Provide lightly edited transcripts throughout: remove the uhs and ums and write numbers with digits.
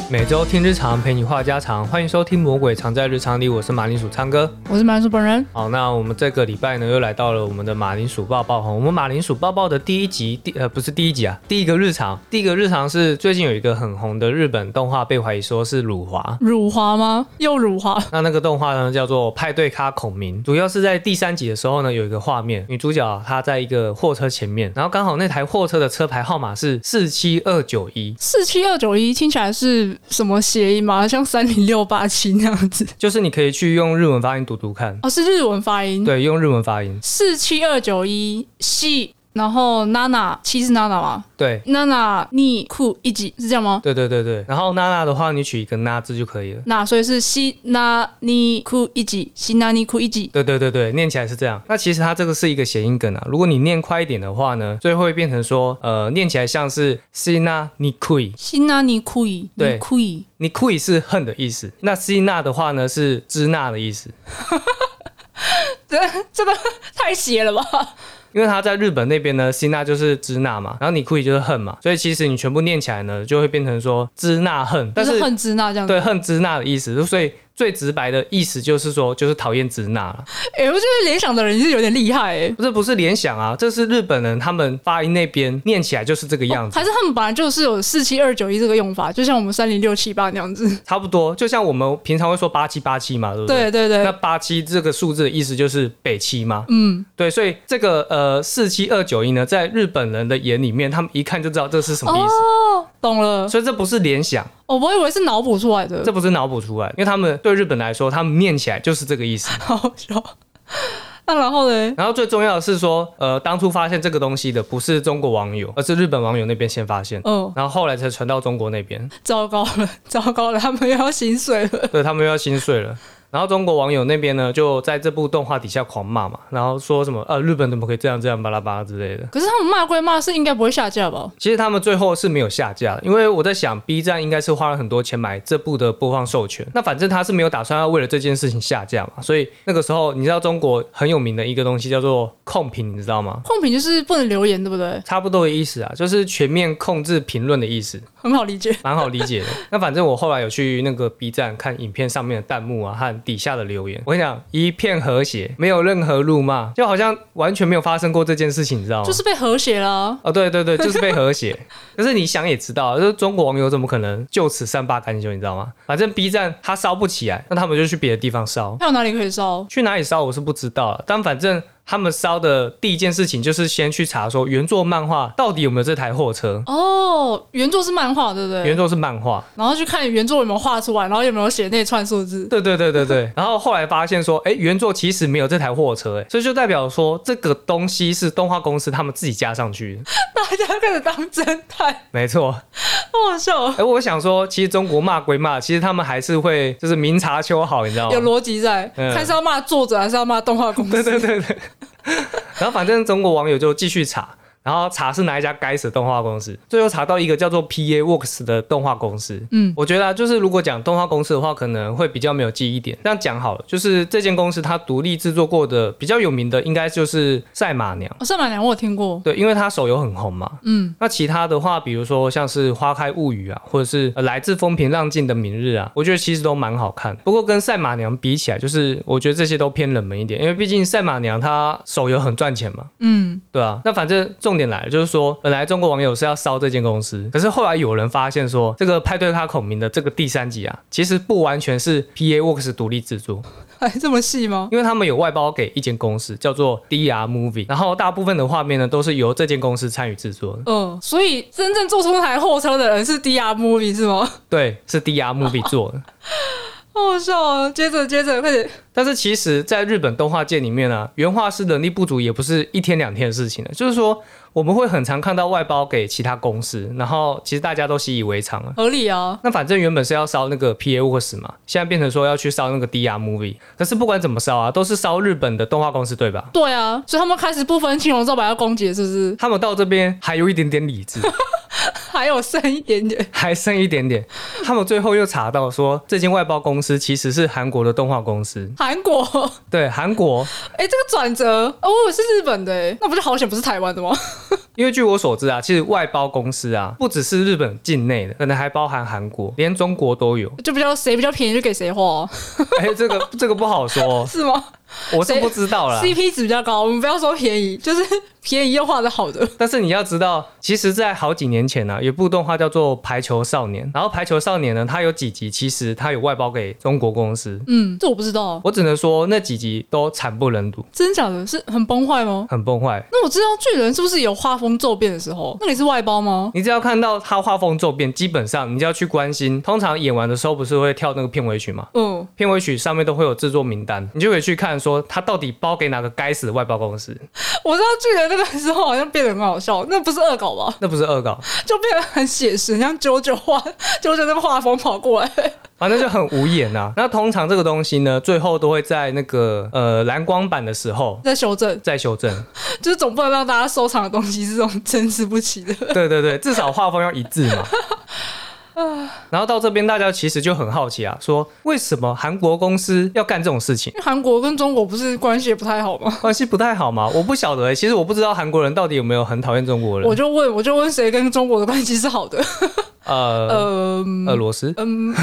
每周听日常，陪你话家常，欢迎收听《魔鬼藏在日常里》，我是马铃薯昌哥， 我是马铃薯本人。 好，那我们这个礼拜呢，又来到了我们的马铃薯报报。我们马铃薯报报的第一集，不是第一集啊，第一个日常是最近有一个很红的日本动画被怀疑说是辱华。 辱华吗？又辱华？ 那个动画呢叫做《派对咖孔明》，主要是在第3集的时候呢，有一个画面，女主角她在一个货车前面，然后刚好那台货车的车牌号码是47291。 47291听起来是什么谐音吗？像30687那样子？ 就是你可以去用日文发音读读看。 哦，是日文发音。 对，用日文发音。 47291西。然后娜娜七是娜娜吗？ 对， 娜娜你酷一集是这样吗？ 对。然后娜娜的话，你取一个娜字就可以了。 那所以是西娜你酷一集，西娜你酷一集。 对，念起来是这样。那其实它这个是一个谐音梗啊。如果你念快一点的话呢，最后会变成说，念起来像是西娜你酷， 西娜你酷， 对， 酷， 你酷是恨的意思。那西娜的话呢是支那的意思。 这个太邪了吧？ 因为他在日本那边呢，希那就是支那嘛，然后你库伊就是恨嘛，所以其实你全部念起来呢，就会变成说支那恨，但是恨支那这样子。 对，恨支那的意思，所以最直白的意思就是说，就是讨厌支那了。 我觉得联想的人是有点厉害这不是联想啊，这是日本人他们发音那边念起来就是这个样子。 还是他们本来就是有47291这个用法，就像我们30678那样子。 差不多，就像我们平常会说8787嘛，对不对？ 对。 那87这个数字的意思就是北七嘛。对，所以这个47291呢，在日本人的眼里面，他们一看就知道这是什么意思。 哦，懂了。 所以这不是联想。 我以为是脑补出来的。 这不是脑补出来，因为他们对日本来说，他们念起来就是这个意思。 好笑。那然后呢？ 然后最重要的是说，当初发现这个东西的不是中国网友，而是日本网友那边先发现。然后后来才传到中国那边。糟糕了，他们又要心碎了。对，他们又要心碎了。然后中国网友那边呢，就在这部动画底下狂骂嘛，然后说什么日本怎么可以这样巴拉巴拉之类的。可是他们骂归骂，是应该不会下架吧？ 其实他们最后是没有下架的，因为我在想 B 站应该是花了很多钱买这部的播放授权，那反正他是没有打算要为了这件事情下架嘛，所以那个时候你知道中国很有名的一个东西叫做控评，你知道吗？ 控评就是不能留言，对不对？ 差不多的意思啊，就是全面控制评论的意思。 很好理解， 蛮好理解的。那反正我后来有去那个 B 站看影片上面的弹幕啊和底下的留言，我跟你讲，一片和谐，没有任何辱骂，就好像完全没有发生过这件事情，你知道吗？ 就是被和谐了。 对，就是被和谐。可是你想也知道，就是中国网友怎么可能就此善罢甘休，你知道吗？反正 B 站它烧不起来，那他们就去别的地方烧。 还有哪里可以烧？ 去哪里烧我是不知道了，但反正他们烧的第一件事情就是先去查说原作漫画到底有没有这台货车。 原作是漫画对不对？ 原作是漫画， 然后去看原作有没有画出来，然后有没有写那串数字。 对。然后后来发现说，原作其实没有这台货车，所以就代表说这个东西是动画公司他们自己加上去的。 大家开始当侦探。 没错。 好好笑。 我想说，其实中国骂归骂，其实他们还是会就是明察秋毫，你知道吗？ 有逻辑在，看是要骂作者还是要骂动画公司。 对。然后反正中国网友就继续查，然后查是哪一家该死的动画公司，最后查到一个叫做 PA Works 的动画公司。我觉得就是如果讲动画公司的话，可能会比较没有记忆点。这样讲好了，就是这间公司它独立制作过的比较有名的，应该就是赛马娘。 赛马娘我有听过， 对，因为它手游很红嘛。那其他的话，比如说像是花开物语啊，或者是来自风平浪静的明日啊，我觉得其实都蛮好看。不过跟赛马娘比起来，就是我觉得这些都偏冷门一点，因为毕竟赛马娘它手游很赚钱嘛。对啊。那反正重点来了，就是说本来中国网友是要烧这间公司，可是后来有人发现说，这个派对咖孔明的这个第3集啊，其实不完全是 PA Works 独立制作。 还这么细吗？ 因为他们有外包给一间公司叫做 DR Movie， 然后大部分的画面呢都是由这间公司参与制作的。 所以真正做出那台货车的人是 DR Movie 是吗？ 对，是 DR Movie 做的。 好笑啊！接着快点。 但是其实在日本动画界里面啊，原画师能力不足也不是1天2天的事情了，就是说我们会很常看到外包给其他公司，然后其实大家都习以为常了， 合理啊。 那反正原本是要烧那个 PA Works 嘛，现在变成说要去烧那个 DR Movie， 可是不管怎么烧啊，都是烧日本的动画公司，对吧？ 对啊，所以他们开始不分青红皂白要攻击，是不是？ 他们到这边还有一点点理智。 还有剩一点点， 还剩一点点。他们最后又查到说，这间外包公司其实是韩国的动画公司。 韩国？ 对，韩国。 这个转折，我以为是日本的，那不就好险不是台湾的吗？ 因为据我所知啊，其实外包公司啊，不只是日本境内的，可能还包含韩国，连中国都有。 就谁比较便宜就给谁花、啊。 这个不好说， 是吗？ 我是不知道啦。 CP 值比较高，我们不要说便宜，就是便宜又画的好的。 但是你要知道，其实在好几年前啊，有部动画叫做《排球少年》，然后《排球少年》呢，它有几集其实它有外包给中国公司。 这我不知道。 我只能说那几集都惨不忍睹。 真假的？是很崩坏吗？ 很崩坏。 那我知道巨人是不是有画风骤变的时候？那里是外包吗？ 你只要看到他画风骤变，基本上你就要去关心。通常演完的时候不是会跳那个片尾曲吗？片尾曲上面都会有制作名单，你就可以去看说他到底包给哪个该死的外包公司。 我知道巨人那个时候好像变得很好笑，那不是恶搞吧？ 那不是恶搞， 就变得很写实，像九九那个画风跑过来。 反正就很无言啊。那通常这个东西呢，最后都会在那个蓝光版的时候再修正， 就是总不能让大家收藏的东西是这种参差不齐的。 对对对，至少画风要一致嘛。然后到这边大家其实就很好奇啊，说为什么韩国公司要干这种事情？ 因为韩国跟中国不是关系也不太好吗？ 关系不太好吗？我不晓得其实我不知道韩国人到底有没有很讨厌中国人。 我就问谁跟中国的关系是好的？ 俄罗斯。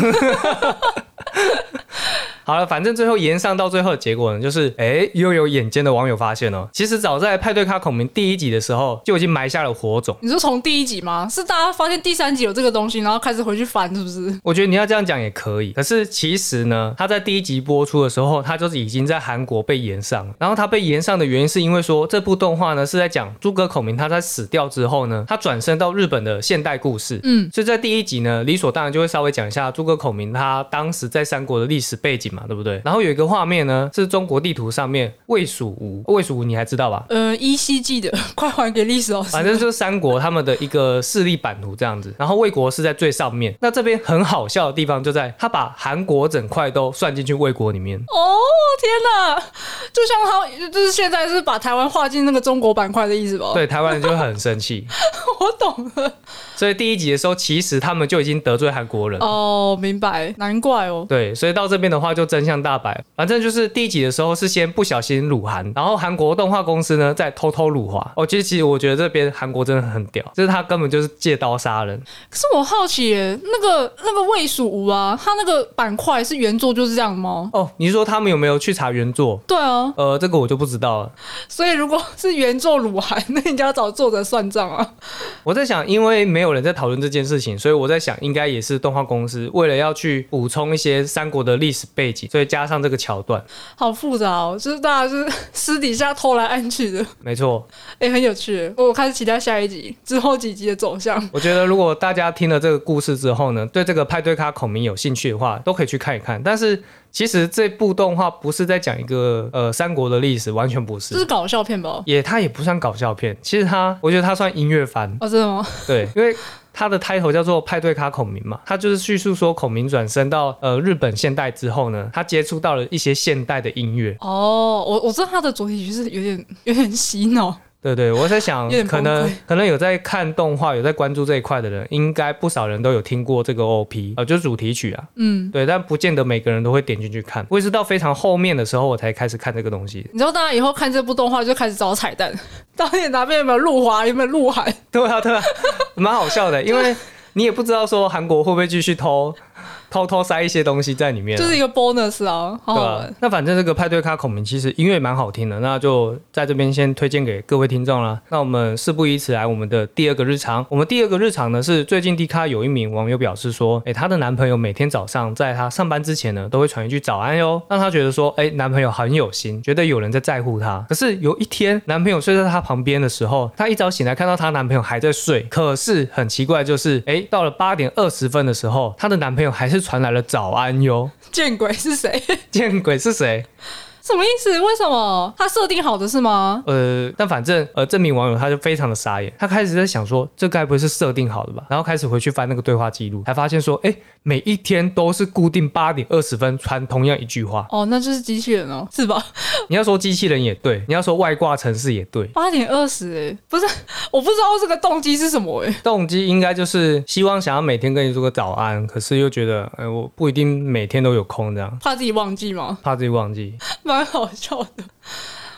好了，反正最后延上到最后的结果呢，就是又有眼尖的网友发现哦，其实早在派对咖孔明第一集的时候就已经埋下了火种。 你说从第一集吗？是大家发现第3集有这个东西，然后开始回去翻，是不是？ 我觉得你要这样讲也可以，可是其实呢，他在第一集播出的时候，他就是已经在韩国被延上了。然后他被延上的原因是因为说这部动画呢是在讲诸葛孔明他在死掉之后呢，他转身到日本的现代故事。所以在第一集呢，理所当然就会稍微讲一下诸葛孔明他当时在三国的历史背景嘛，对不对？然后有一个画面呢，是中国地图上面魏蜀吴你还知道吧？ 依稀记得，快还给历史老师。 反正就是三国他们的一个势力版图这样子，然后魏国是在最上面。那这边很好笑的地方就在他把韩国整块都算进去魏国里面。 天哪，就像他就是现在是把台湾划进那个中国板块的意思吧？ 对，台湾人就会很生气。 我懂了。 所以第一集的时候，其实他们就已经得罪韩国人。 明白，难怪哦。 对，所以到这边的话就真相大白。反正就是第一集的时候是先不小心辱韩，然后韩国动画公司呢再偷偷辱华。其实我觉得这边韩国真的很屌，就是他根本就是借刀杀人。 可是我好奇耶，那个魏蜀吴啊，他那个板块是原作就是这样吗？ 你是说他们有没有去查原作？ 对啊。 这个我就不知道了。 所以如果是原作辱韩，那你就要找作者算账啊。 我在想，因为没有人在讨论这件事情，所以我在想应该也是动画公司为了要去补充一些三国的历史背景，所以加上这个桥段。 好复杂哦，就是大家就是私底下偷来暗去的。 没错。 很有趣，我开始期待下一集之后几集的走向。 我觉得如果大家听了这个故事之后呢，对这个派对咖孔明有兴趣的话，都可以去看一看。但是其实这部动画不是在讲一个三国的历史，完全不是。 这是搞笑片吧？ 它也不算搞笑片，其实我觉得它算音乐番。 真的吗？ 对，因为它的 title 叫做派对咖孔明嘛，它就是叙述说孔明转身到日本现代之后呢，他接触到了一些现代的音乐。 我知道它的主题曲是有点洗脑。 对，我在想可能有在看动画有在关注这一块的人，应该不少人都有听过这个 OP 就是主题曲啊。对，但不见得每个人都会点进去看，我也是到非常后面的时候我才开始看这个东西。 你知道大家以后看这部动画就开始找彩蛋，到底哪边有没有入华，有没有入韩？ 对啊蛮好笑的，因为你也不知道说韩国会不会继续偷塞一些东西在里面， 就是一个 bonus 啊，好好玩。 那反正这个派对咖孔明其实音乐蛮好听的，那就在这边先推荐给各位听众啦。那我们事不宜迟，来我们的第二个日常。我们第二个日常呢是最近 D 咖有一名网友表示说，她的男朋友每天早上在她上班之前呢都会传一句早安哟，让她觉得说男朋友很有心，觉得有人在在乎她。可是有一天男朋友睡在她旁边的时候，她一早醒来看到她男朋友还在睡，可是很奇怪就是到了8点20分的时候，她的男朋友还是传来了早安哟。 见鬼是谁？ 见鬼是谁？ 什么意思？为什么？他设定好的是吗？ 但反正这名网友他就非常的傻眼，他开始在想说这该不会是设定好的吧，然后开始回去翻那个对话记录，才发现说每一天都是固定8点20分传同样一句话。 那就是机器人哦，是吧？ 你要说机器人也对，你要说外挂程式也对。 8点20不是，我不知道这个动机是什么动机应该就是希望想要每天跟你说个早安，可是又觉得我不一定每天都有空这样， 怕自己忘记吗？ 怕自己忘记。 蛮好笑的。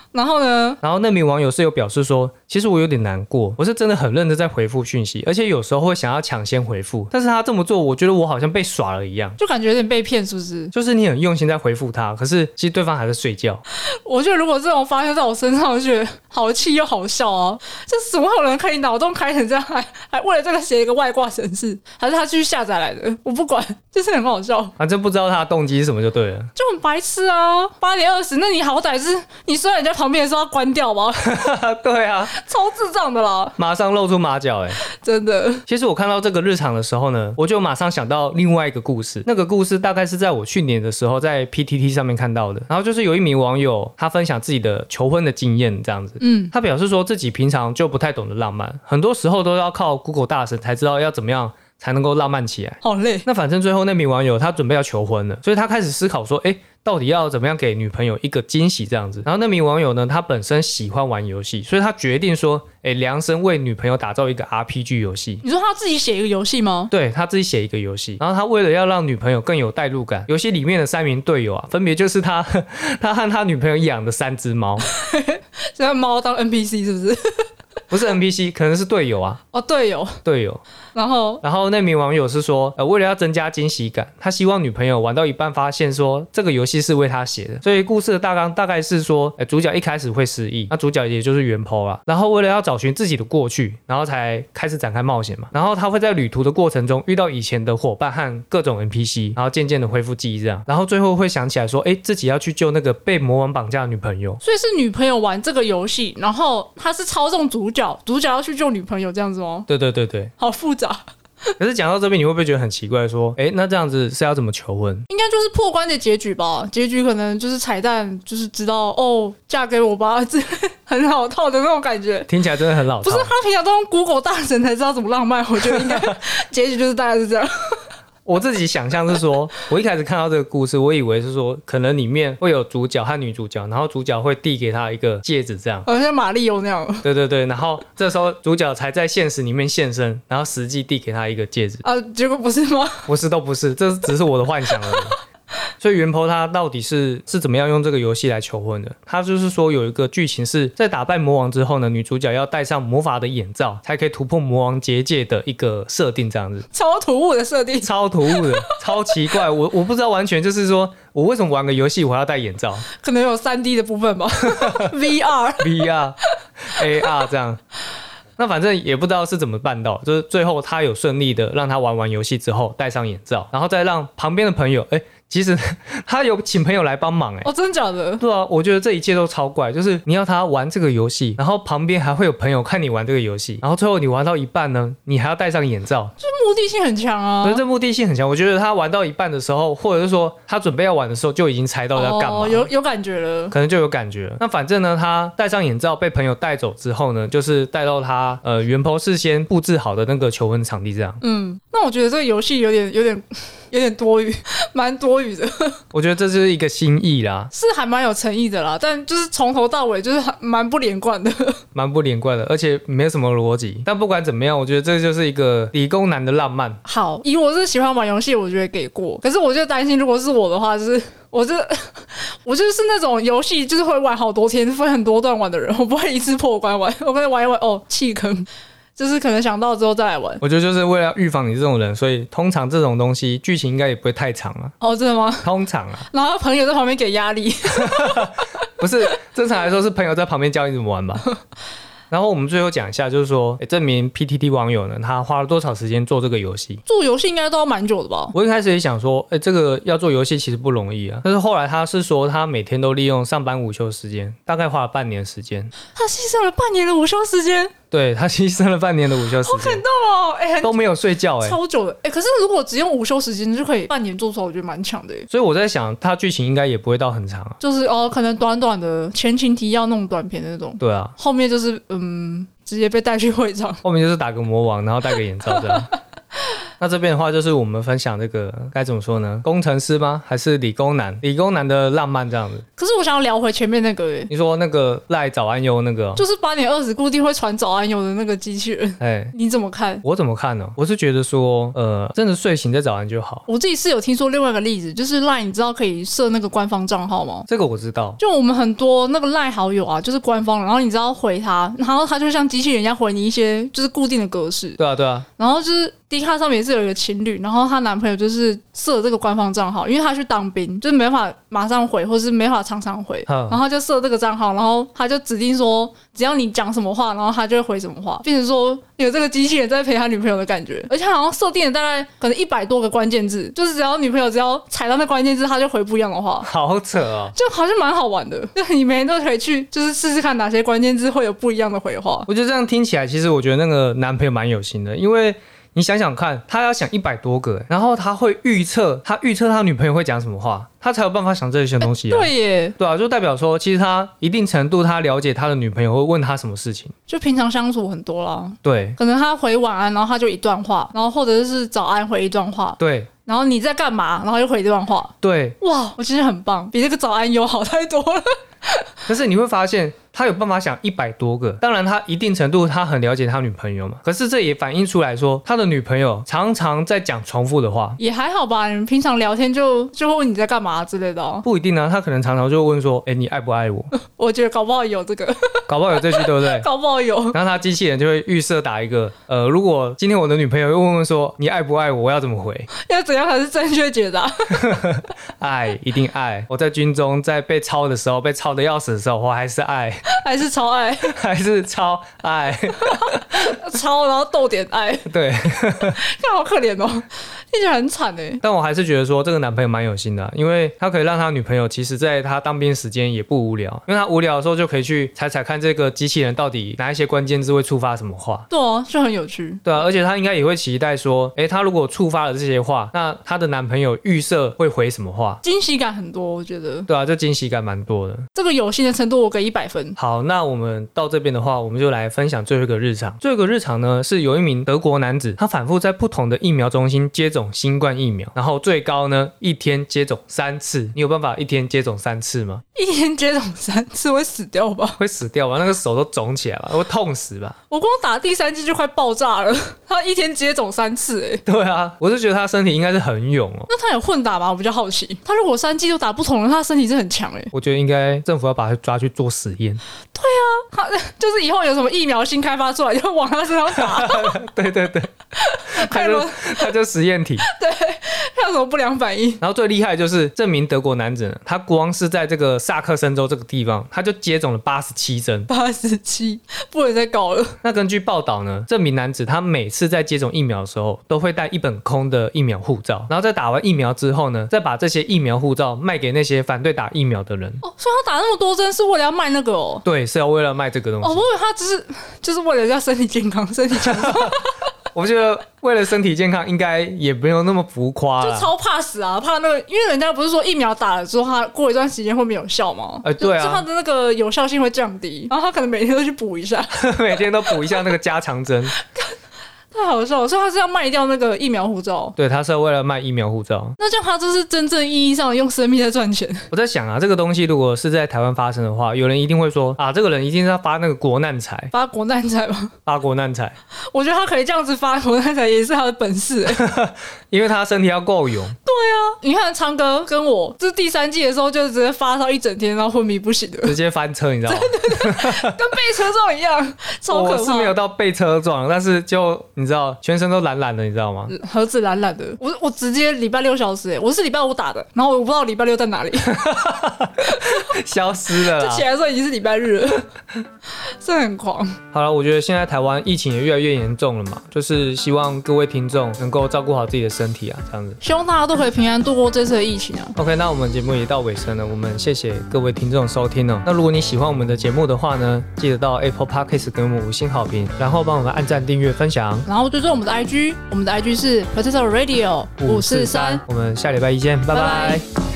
然后呢？ 然后那名网友是有表示说，其实我有点难过，我是真的很认真在回复讯息，而且有时候会想要抢先回复，但是他这么做，我觉得我好像被耍了一样， 就感觉有点被骗，是不是？ 就是你很用心在回复他，可是其实对方还在睡觉。 我觉得如果这种发生在我身上，我就觉得好气又好笑啊！这怎么会有人可以脑洞开成这样，还为了这个写一个外挂程式，还是他继续下载来的？我不管，就是很好笑。 反正不知道他的动机是什么就对了， 就很白痴啊！8点20，那你好歹是你睡在人家旁边的时候要关掉吗？ 对啊， 超智障的啦！ 马上露出马脚真的。 其实我看到这个日常的时候呢，我就马上想到另外一个故事。那个故事大概是在我去年的时候在 PTT 上面看到的。然后就是有一名网友，他分享自己的求婚的经验，这样子。他表示说自己平常就不太懂得浪漫，很多时候都要靠 Google 大神才知道要怎么样才能够浪漫起来， 好累。 那反正最后那名网友他准备要求婚了，所以他开始思考说，到底要怎么样给女朋友一个惊喜这样子。然后那名网友呢，他本身喜欢玩游戏，所以他决定说，量身为女朋友打造一个 RPG 游戏。 你说他自己写一个游戏吗？ 对，他自己写一个游戏。然后他为了要让女朋友更有代入感，游戏里面的3名队友啊，分别就是他和他女朋友养的3只猫。 现在猫当 NPC 是不是？ 不是 NPC， 可能是队友啊。 哦，队友。然后那名网友是说，为了要增加惊喜感，他希望女朋友玩到一半发现说这个游戏是为他写的。所以故事的大纲大概是说，主角一开始会失忆，那主角也就是原 po 啦。然后为了要找寻自己的过去，然后才开始展开冒险嘛。然后他会在旅途的过程中遇到以前的伙伴和各种 NPC， 然后渐渐的恢复记忆这样。然后最后会想起来说，自己要去救那个被魔王绑架的女朋友。 所以是女朋友玩这个游戏，然后他是操纵主角要去救女朋友这样子吗？ 对， 好复杂。 可是讲到这边，你会不会觉得很奇怪？说，那这样子是要怎么求婚？ 应该就是破关的结局吧？结局可能就是彩蛋，就是知道哦，嫁给我吧，这很老套的那种感觉。 听起来真的很老套。 不是，他平常都用 Google 大神才知道怎么浪漫，我觉得应该结局就是大概是这样。 我自己想象是说，我一开始看到这个故事，我以为是说，可能里面会有主角和女主角，然后主角会递给他一个戒指，这样， 好像马里欧那样。对， 然后这时候主角才在现实里面现身，然后实际递给他一个戒指。 结果不是吗？ 不是，都不是，这只是我的幻想而已。所以原 po 他到底是怎么样用这个游戏来求婚的？他就是说有一个剧情是在打败魔王之后呢，女主角要戴上魔法的眼罩，才可以突破魔王结界的一个设定，这样子。 超突兀的设定， 超突兀的，超奇怪。我不知道，完全就是说我为什么玩个游戏我还要戴眼罩？ 可能有3D 的部分吧 VR、AR 这样。那反正也不知道是怎么办到，就是最后他有顺利的让他玩完游戏之后戴上眼罩，然后再让旁边的朋友，其实他有请朋友来帮忙。 哦，真的假的？ 对啊，我觉得这一切都超怪，就是你要他玩这个游戏，然后旁边还会有朋友看你玩这个游戏，然后最后你玩到一半呢，你还要戴上眼罩， 这目的性很强啊。 对，这目的性很强。我觉得他玩到一半的时候，或者是说他准备要玩的时候，就已经猜到要干嘛， 有感觉了， 可能就有感觉了。那反正呢，他戴上眼罩被朋友带走之后呢，就是带到他原 po 事先布置好的那个求婚场地这样。 那我觉得这个游戏有点多余，蛮多余的。 我觉得这是一个心意啦， 是还蛮有诚意的啦，但就是从头到尾就是蛮不连贯的， 而且没什么逻辑。但不管怎么样，我觉得这就是一个理工男的浪漫。 好，以我是喜欢玩游戏，我觉得给过。可是我就担心，如果是我的话，就是我就是那种游戏就是会玩好多天、分很多段玩的人，我不会一次破关玩，我可以玩一玩弃坑。就是可能想到之后再来玩。 我觉得就是为了预防你这种人，所以通常这种东西剧情应该也不会太长啊。 哦，真的吗？ 通常啊。 然后朋友在旁边给压力。 不是，正常来说是朋友在旁边教你怎么玩吧。然后我们最后讲一下，就是说，这名 PTT 网友呢，他花了多少时间做这个游戏？ 做游戏应该都要蛮久的吧？ 我一开始也想说，这个要做游戏其实不容易啊。但是后来他是说，他每天都利用上班午休时间，大概花了半年时间。 他牺牲了半年的午休时间？ 对，他牺牲了半年的午休时间， 好感动哦！ 都没有睡觉， 超久的。可是如果只用午休时间就可以半年做出来，我觉得蛮强的。 所以我在想，他剧情应该也不会到很长啊， 就是可能短短的前情提要那种短片的那种。 对啊， 后面就是直接被带去会场， 后面就是打个魔王，然后戴个眼罩这样。 那这边的话就是我们分享这个该怎么说呢？工程师吗？还是理工男？理工男的浪漫这样子。 可是我想要聊回前面那个你说那个赖早安优那个就是8点20固定会传早安优的那个机器人，你怎么看？ 我怎么看呢？我是觉得说真的睡醒再早安就好。 我自己是有听说另外一个例子，就是 LINE 你知道可以设那个官方账号吗？ 这个我知道， 就我们很多那个 LINE 好友啊，就是官方，然后你知道回他，然后他就像机器人一样回你一些就是固定的格式。 对啊对啊， 然后就是Dcard上面也是有一个情侣，然后她男朋友就是设这个官方账号，因为他去当兵，就是没法马上回，或是没法常常回，然后他就设这个账号，然后他就指定说只要你讲什么话，然后他就会回什么话，变成说有这个机器人在陪他女朋友的感觉。而且他好像设定了大概可能100多个关键字，就是只要女朋友只要踩到那关键字，他就回不一样的话。 好扯哦， 就好像蛮好玩的，就你每天都可以去就是试试看哪些关键字会有不一样的回话。 我觉得这样听起来，其实我觉得那个男朋友蛮有心的，因为你想想看，他要想100多个，然后他会预测他女朋友会讲什么话，他才有办法想这些东西啊。 对耶， 对啊，就代表说，其实他一定程度他了解他的女朋友会问他什么事情， 就平常相处很多啦。 对， 可能他回晚安，然后他就一段话，然后或者是早安回一段话。 对。 然后你在干嘛？然后又回这段话。 对， 哇，我其实很棒，比那个早安优好太多了。 但是你会发现，他有办法想100多个。当然，他一定程度他很了解他女朋友嘛。可是这也反映出来说，他的女朋友常常在讲重复的话。 也还好吧，你们平常聊天就会问你在干嘛之类的哦。 不一定啊，他可能常常就会问说：“你爱不爱我？” 我觉得搞不好有这个， 搞不好有这句，对不对？ 搞不好有。 然后他机器人就会预设打一个如果今天我的女朋友又问说你爱不爱我，我要怎么回？ 要怎样才是正确解答？ 爱，一定爱。我在军中在被抄的时候，被抄的要死的时候，我还是爱， 还是超爱， 还是超爱， 超然后逗点爱。 对， 看好可怜哦，听起来很惨哎。 但我还是觉得说这个男朋友蛮有心的因为他可以让他女朋友其实在他当兵时间也不无聊，因为他无聊的时候就可以去猜猜看这个机器人到底哪一些关键字会触发什么话。 对啊，就很有趣。 对啊，而且他应该也会期待说他如果触发了这些话，那他的男朋友预设会回什么话， 惊喜感很多我觉得。 对啊，这惊喜感蛮多的。 这个有心的程度我给100分。 好，那我们到这边的话，我们就来分享最后一个日常。最后一个日常呢，是有一名德国男子，他反复在不同的疫苗中心接种新冠疫苗，然后最高呢1天接种3次。你有办法1天接种3次吗 ？1天接种3次会死掉吧？ 会死掉吧？那个手都肿起来吧，会痛死吧？ 我光打第3剂就快爆炸了，他1天接种3次对啊，我就觉得他身体应该是很勇哦。 那他有混打吗？我比较好奇。他如果3剂都打不同人，他身体是很强我觉得应该政府要把他抓去做实验。 对啊，他就是以后有什么疫苗新开发出来，就往他身上打。 对对对，他就实验体。 对，他有什么不良反应？ 然后最厉害的就是这名德国男子呢，他光是在这个萨克森州这个地方，他就接种了87针。 87，不能再搞了。 那根据报道呢，这名男子他每次在接种疫苗的时候，都会带一本空的疫苗护照，然后在打完疫苗之后呢，再把这些疫苗护照卖给那些反对打疫苗的人。 所以他打那么多针是为了要卖那个哦？ 对，是要为了卖这个东西。 我以为他就是为了要身体健康，身体强壮。 我觉得为了身体健康，应该也没有那么浮夸啦， 就超怕死啊，怕那个，因为人家不是说疫苗打了之后，它过一段时间会没有效吗？ 对啊， 就它的那个有效性会降低，然后他可能每天都去补一下， 每天都补一下那个加强针。 太好笑了，所以他是要卖掉那个疫苗护照。 对，他是为了卖疫苗护照。 那这样他这是真正意义上的用生命在赚钱。 我在想啊，这个东西如果是在台湾发生的话，有人一定会说啊，这个人一定是要发那个国难财。 发国难财吗？ 发国难财。 我觉得他可以这样子发国难财也是他的本事因为他身体要够勇。 对啊，你看昌哥跟我这第3季的时候就直接发烧一整天，然后昏迷不醒的， 直接翻车，你知道吗？ 跟被车撞一样，超可怕。 我是没有到被车撞，但是就你知道，全身都懒懒的，你知道吗？ 盒子懒懒的，我直接礼拜6消失我是礼拜5打的，然后我不知道礼拜6在哪里， 消失了啦。 就起来的时候已经是礼拜日了，这很狂。 好了，我觉得现在台湾疫情也越来越严重了嘛，就是希望各位听众能够照顾好自己的身体啊，这样子。 希望大家都可以平安度过这次的疫情啊。 OK， 那我们节目也到尾声了，我们谢谢各位听众收听哦。那如果你喜欢我们的节目的话呢，记得到 Apple Podcast 给我们5星好评，然后帮我们按赞、订阅、分享， 然后追踪我们的 IG， 我们的 IG 是 Potato Radio 543。 我们下礼拜一见，拜拜。